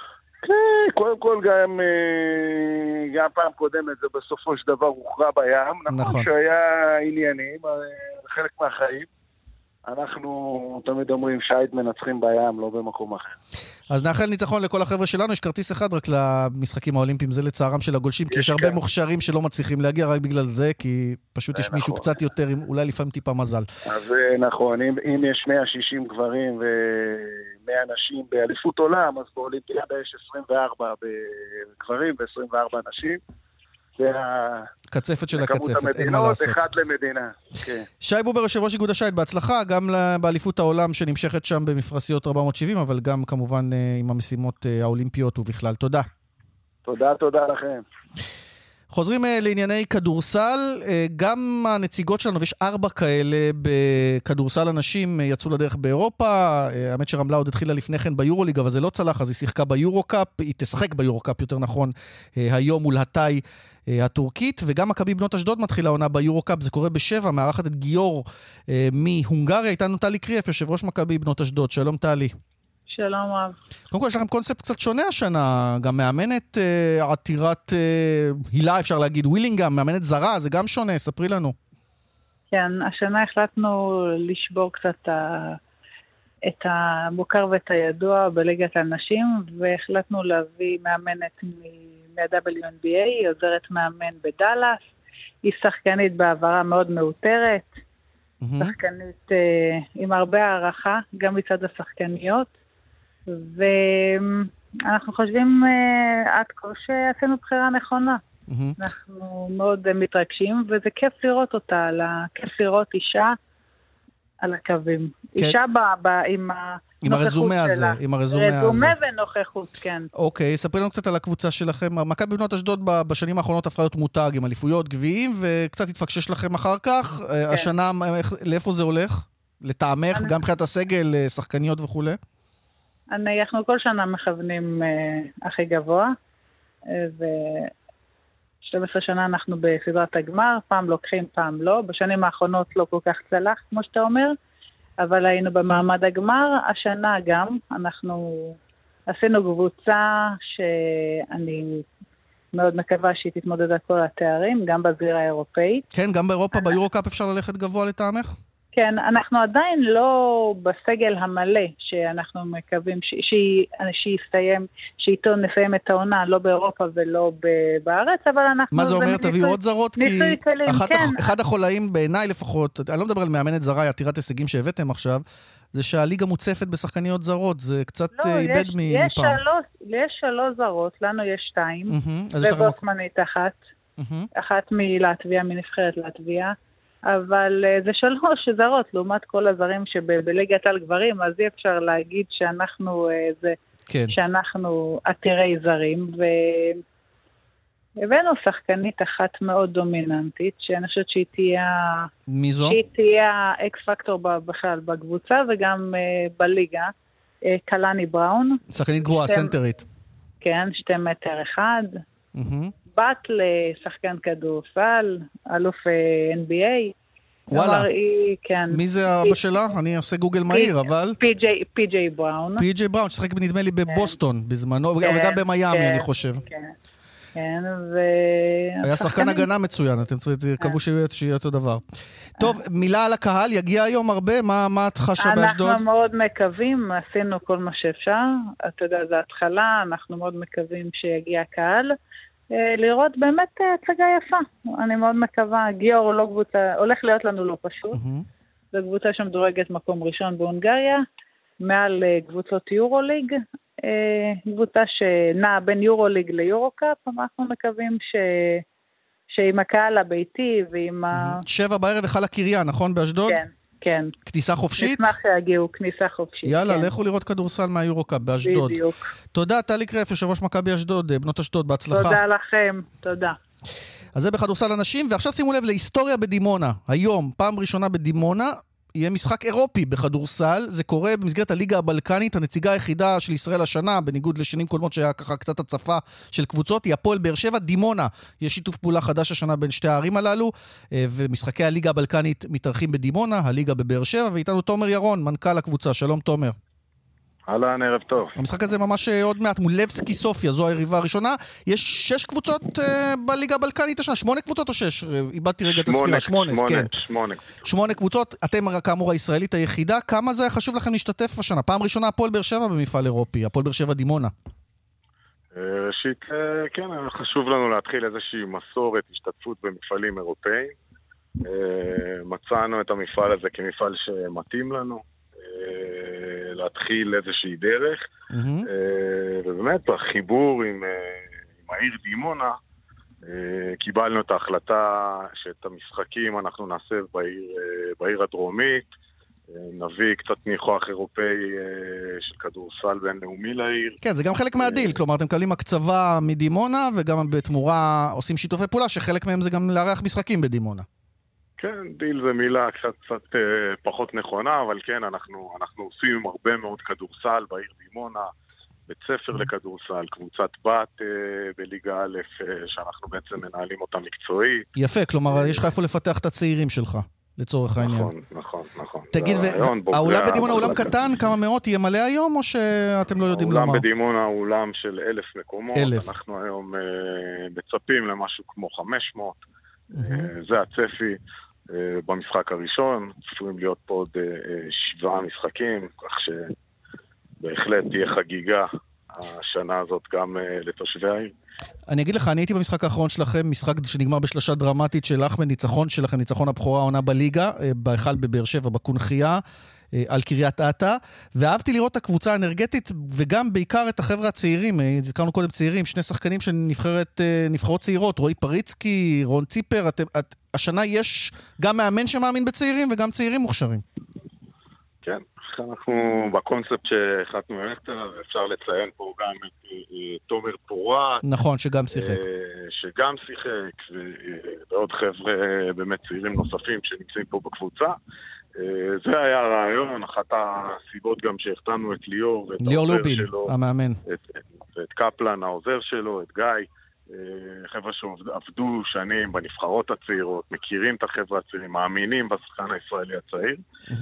כן, קודם כל גם פעם קודמת זה בסופו של דבר הוכרע בים. נכון שהיה עניינים, חלק מהחיים. אנחנו תמיד אומרים שייט מנצחים בים, לא במקום אחר. אז נאחל ניצחון לכל החבר'ה שלנו. יש כרטיס אחד רק למשחקים האולימפיים, זה לצערם של הגולשים, כי יש הרבה מוכשרים שלא מצליחים להגיע רק בגלל זה, כי פשוט יש מישהו קצת יותר, אולי לפעמים טיפה מזל. אז נכון, אם יש 160 גברים ו100 נשים באליפות עולם, אז באולימפיאדה יש 24 בגברים ו24 נשים. זה קצפת של הקצפת, אין מה לעשות. אחד למדינה. שי בובר, יושב ראש איגוד השייט, בהצלחה, גם באליפות העולם שנמשכת שם במפרשיות 470, אבל גם כמובן עם המשימות האולימפיות ובכלל. תודה. תודה לכם. חוזרים לענייני כדורסל, גם הנציגות שלנו, ויש 4 כאלה בכדורסל אנשים, יצאו לדרך באירופה. האמת שרמלה עוד התחילה לפני כן ביורוליג, אבל זה לא צלח, אז היא שיחקה ביורוקאפ, היא תשחק ביורוקאפ יותר נכון, היום מול התאי הטורקית, וגם מכבי בנות אשדוד מתחילה עונה ביורוקאפ, זה קורה ב7, מארחת את גיור מהונגריה. איתנו טלי קריאף, יושב ראש מכבי בנות אשדוד. שלום טלי. שלום רב. קודם כל יש לכם קונספט קצת שונה השנה, גם מאמנת עתירת הילה, אפשר להגיד, ווילינגהם, מאמנת זרה, זה גם שונה, ספרי לנו. כן, השנה החלטנו לשבור קצת את המוכר ואת הידוע בליגת הנשים, והחלטנו להביא מאמנת מה-WNBA, היא עוזרת מאמן בדלס, היא שחקנית בעברה מאוד מאותרת, שחקנית עם הרבה הערכה, גם מצד השחקניות, ואנחנו חושבים עד כה שעשינו בחירה נכונה. אנחנו מאוד מתרגשים, וזה כיף לראות אותה, כיף לראות אישה על הקווים. אישה עם הרזומה הזה, עם הרזומה הזה. רזומה ונוכחות, כן. אוקיי, ספרי לנו קצת על הקבוצה שלכם. מכבי בנות אשדוד בשנים האחרונות הפכה להיות מותג עם אליפויות, גביעים, וקצת התפקשש לכם אחר כך. השנה, לאיפה זה הולך? לטעמך, גם מבחינת הסגל, שחקניות וכו'? אנחנו כל שנה מכוונים הכי גבוה, ו12 שנה אנחנו בסדרת הגמר, פעם לוקחים, פעם לא. בשנים האחרונות לא כל כך צלח, כמו שאתה אומר, אבל היינו במעמד הגמר. השנה גם, אנחנו עשינו קבוצה שאני מאוד מקווה שהיא תתמודד על כל התארים, גם בזירה האירופאית. כן, גם באירופה, ביורוקאפ אפשר ללכת גבוה לטעמך? כן, אנחנו עדיין לא בסגל המלא, שאנחנו מקווים שיסתיים, שאיתו נסיים את העונה, לא באירופה ולא בארץ, אבל אנחנו... מה זה אומר? תביאו עוד זרות? כי אחד החולאים בעיניי לפחות, אני לא מדבר על מאמנת זרה, היא עתירת הישגים שהבאתם עכשיו, זה שהליגה מוצפת בשחקניות זרות, זה קצת איבד מפעם. יש 3 זרות, לנו יש 2, ובוסמנית אחת מלהטביה, מנבחרת להטביה, אבל זה 3 זרות, לעומת כל הזרים שבליגת על גברים, אז אי אפשר להגיד שאנחנו עתירי זרים, והבאנו שחקנית אחת מאוד דומיננטית, שאני חושבת שהיא תהיה... מי זו? שהיא תהיה אקס פקטור בכלל בקבוצה, וגם בליגה, קלני בראון. שחקנית גבוהה, סנטרית. כן, 2.1 מטר. בת לשחקן כדורסל, אלוף NBA. וואלה. מי זה אבא שלה? אני עושה גוגל מהיר, אבל... פי.ג'יי בראון. פי.ג'יי בראון, ששחק נדמה לי בבוסטון בזמנו, וגם במיימי, אני חושב. כן, היה שחקן הגנה מצוין, אתם תקוו שיהיה אותו דבר. טוב, מילה על הקהל, יגיע היום הרבה? מה את חשה באשדוד? אנחנו מאוד מקווים, עשינו כל מה שאפשר. אתה יודע, זה התחלה, אנחנו מאוד מקווים שיגיע הקהל. לראות באמת הצגה יפה. אני מאוד מקווה, גיאור לא קבוצה, הולך להיות לנו לא פשוט. זו קבוצה שמדורגת מקום ראשון בהונגריה, מעל קבוצות יורוליג, קבוצה שנעה בין יורוליג ליורוקאפ, אנחנו מקווים שעם הקהל הביתי ועם 7 בערב החלה קריה, נכון באשדוד? כן. כן. כניסה חופשית? נשמח שיגיעו, כניסה חופשית. יאללה, לכו לראות כדורסל מהיורוקאפ באשדוד. בדיוק. תודה, טלי קריאף, יושב ראש מכבי אשדוד, בנות אשדוד, בהצלחה. תודה לכם, תודה. אז זה בכדורסל אנשים, ועכשיו שימו לב להיסטוריה בדימונה. היום, פעם ראשונה בדימונה, יהיה משחק אירופי בכדורסל, זה קורה במסגרת הליגה הבלקנית, הנציגה היחידה של ישראל השנה, בניגוד לשנים קודמות שהיה ככה קצת הצפה של קבוצות, היא הפועל באר שבע, דימונה. יש שיתוף פעולה חדש השנה בין שתי הערים הללו, ומשחקי הליגה הבלקנית מתארחים בדימונה, הליגה בבאר שבע, ואיתנו תומר ירון, מנכ"ל הקבוצה. שלום תומר. אהלן, ערב טוב. המשחק הזה ממש עוד מעט מול לבסקי סופיה, זו היריבה הראשונה. יש 6 קבוצות בליגה הבלקנית השנה, 8 קבוצות או 6? איבדתי רגע את הספירה, 8, כן. 8 קבוצות, אתם כאמור הישראלית היחידה, כמה זה חשוב לכם להשתתף השנה? פעם ראשונה הפועל באר שבע במפעל אירופי, הפועל באר שבע דימונה. ראשית, כן, חשוב לנו להתחיל איזושהי מסורת השתתפות במפעלים אירופאים. מצאנו את המפעל הזה כמפעל שמתאים לנו, להתחיל איזושהי דרך, ובאמת החיבור עם העיר דימונה, קיבלנו את ההחלטה שאת המשחקים אנחנו נעשה בעיר הדרומית, נביא קצת ניחוח אירופאי של כדורסל בינלאומי לעיר. כן, זה גם חלק מהדיל, כלומר אתם מקבלים הקצבה מדימונה וגם בתמורה עושים שיתופי פעולה שחלק מהם זה גם לארח משחקים בדימונה. כן, דיל זה מילה קצת פחות נכונה, אבל כן, אנחנו עושים הרבה מאוד כדורסל בעיר דימונה, בית ספר לכדורסל, קבוצת בת בליגה א' שאנחנו בעצם מנהלים אותה מקצועית. יפה, כלומר יש לך איפה לפתח את הצעירים שלך, לצורך העניין. נכון. תגיד, האולם בדימונה הוא אולם קטן, כמה מאות, יהיה מלא היום או שאתם לא יודעים לומר? האולם בדימונה הוא אולם של 1,000 מקומות, אנחנו היום מצפים למשהו כמו 500, זה הצפי. במשחק הראשון, צפויים להיות פה עוד 7 משחקים, כך שבהחלט תהיה חגיגה השנה הזאת גם לתושבי העיר. אני אגיד לך, אני הייתי במשחק האחרון שלכם, משחק שנגמר בשלשה דרמטית של אחמד, ניצחון שלכם, ניצחון הבכורה העונה בליגה, בהיכל בבאר שבע, בקונחייה, על קריית אתא, ואהבתי לראות את הקבוצה האנרגטית, וגם בעיקר את החבר'ה הצעירים, זכרנו קודם צעירים, 2 שחקנים של נבחרות צעירות, רועי פריצקי, רון ציפר, השנה יש גם מאמן שמאמין בצעירים, וגם צעירים מוכשרים. כן, אנחנו בקונספט שהחלטנו אפשר לציין פה גם את תומר פורט. נכון, שגם שיחק. ועוד חבר'ה באמת צעירים נוספים שנמצאים פה בקבוצה. זה היה הרעיון, אחת הסיבות גם שהחתמנו את ליאור ואת העוזר לובין, שלו, המאמן. ואת קפלן, העוזר שלו, את גיא, חבר'ה שעבדו שנים בנבחרות הצעירות, מכירים את החבר'ה הצעירים, מאמינים בשחקן הישראלי הצעיר.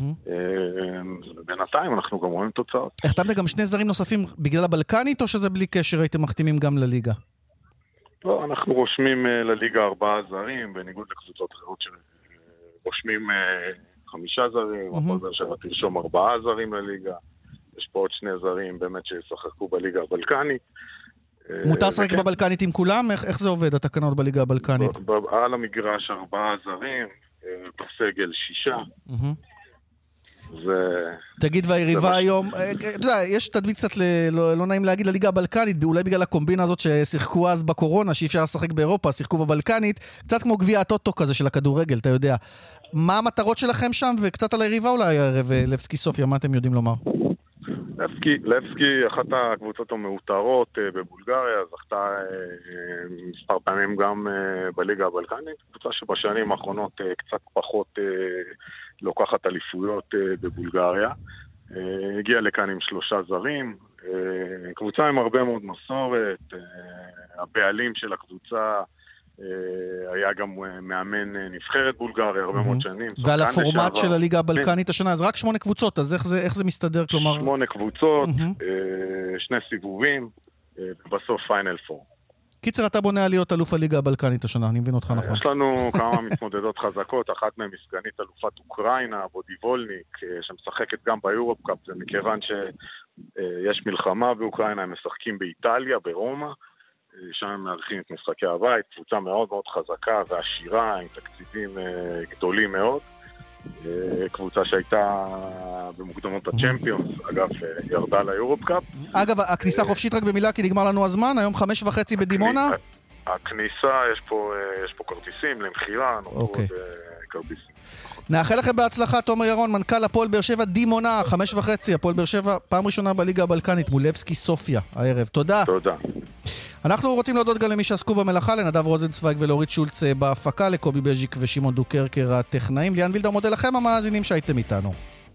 בינתיים אנחנו גם רואים תוצאות. החתמת גם 2 זרים נוספים בגלל הבלקנית, או שזה בלי קשר הייתם מחתימים גם לליגה? לא, אנחנו רושמים לליגה 4 זרים, בניגוד לקבוצות אחרות שרושמים 5 זרים, הפועל באר שבע תרשום 4 זרים לליגה, יש פה עוד 2 זרים באמת שישחקו בליגה הבלקנית. מותר לשחק בבלקנית עם כולם? איך זה עובד התקנות בליגה הבלקנית? על המגרש 4 זרים, בסגל 6. תגיד, והיריבה היום, אתה יודע, יש תדמית קצת לא נעים להגיד לליגה הבלקנית, אולי בגלל הקומבינה הזאת ששיחקו אז בקורונה, שאי אפשר לשחק באירופה, שיחקו בבלקנית, קצת כמו גביע הטוטו כזה של הכדורגל, אתה יודע. מה המטרות שלכם שם, וקצת על היריבה אולי, לבסקי סופיה, מה אתם יודעים לומר? לבסקי, אחת הקבוצות המאותרות בבולגריה, זכתה מספר פעמים גם בליגה הבלקנית, קבוצה שבשנים האחרונות קצת פחות לוקחת אליפויות בבולגריה, הגיעה לכאן עם 3 זרים, קבוצה עם הרבה מאוד מסורת, הבעלים של הקבוצה היה גם מאמן נבחרת בולגריה הרבה מאוד שנים. ועל הפורמט של הליגה הבלקנית השנה, אז רק 8 קבוצות, אז איך זה מסתדר? 8 קבוצות, 2 סיבובים, ובסוף פיינל 4. קיצר, אתה בונה להיות אלוף הליגה הבלקנית השנה, אני מבין אותך נכון. יש לנו כמה מתמודדות חזקות, אחת מהן סגנית אלופת אוקראינה, בודיבולניק, שמשחקת גם ביורופ-קאפ, זה מכיוון שיש מלחמה באוקראינה, הם משחקים באיטליה, ברומא, שם הם מארחים את משחקי הבית, קבוצה מאוד מאוד חזקה ועשירה, עם תקציבים גדולים מאוד. קבוצה שהייתה במוקדמות הצ'מפיונס, אגב, ירדה ליורופ-קאפ. אגב, הכניסה חופשית רק במילה, כי נגמר לנו הזמן, היום 5:30 בדימונה. הכניסה, יש פה כרטיסים למחירה, נותרו עוד כרטיסים. נאחל לכם בהצלחה, תומר ירון, מנכ"ל הפועל באר שבע דימונה, 5:30, הפועל באר שבע, פעם ראשונה בליגה הבלקנית, מול לבסקי סופיה, הערב. תודה. תודה. אנחנו רוצים להודות גם למי שעסקו במלאכה, לנדב רוזנצוויג ולאורית שולץ בהפקה, לקובי בז'יק ושימון דוקרקר הטכנאים. ליאן וילדאו, מודה לכם המאזינים שהייתם איתנו.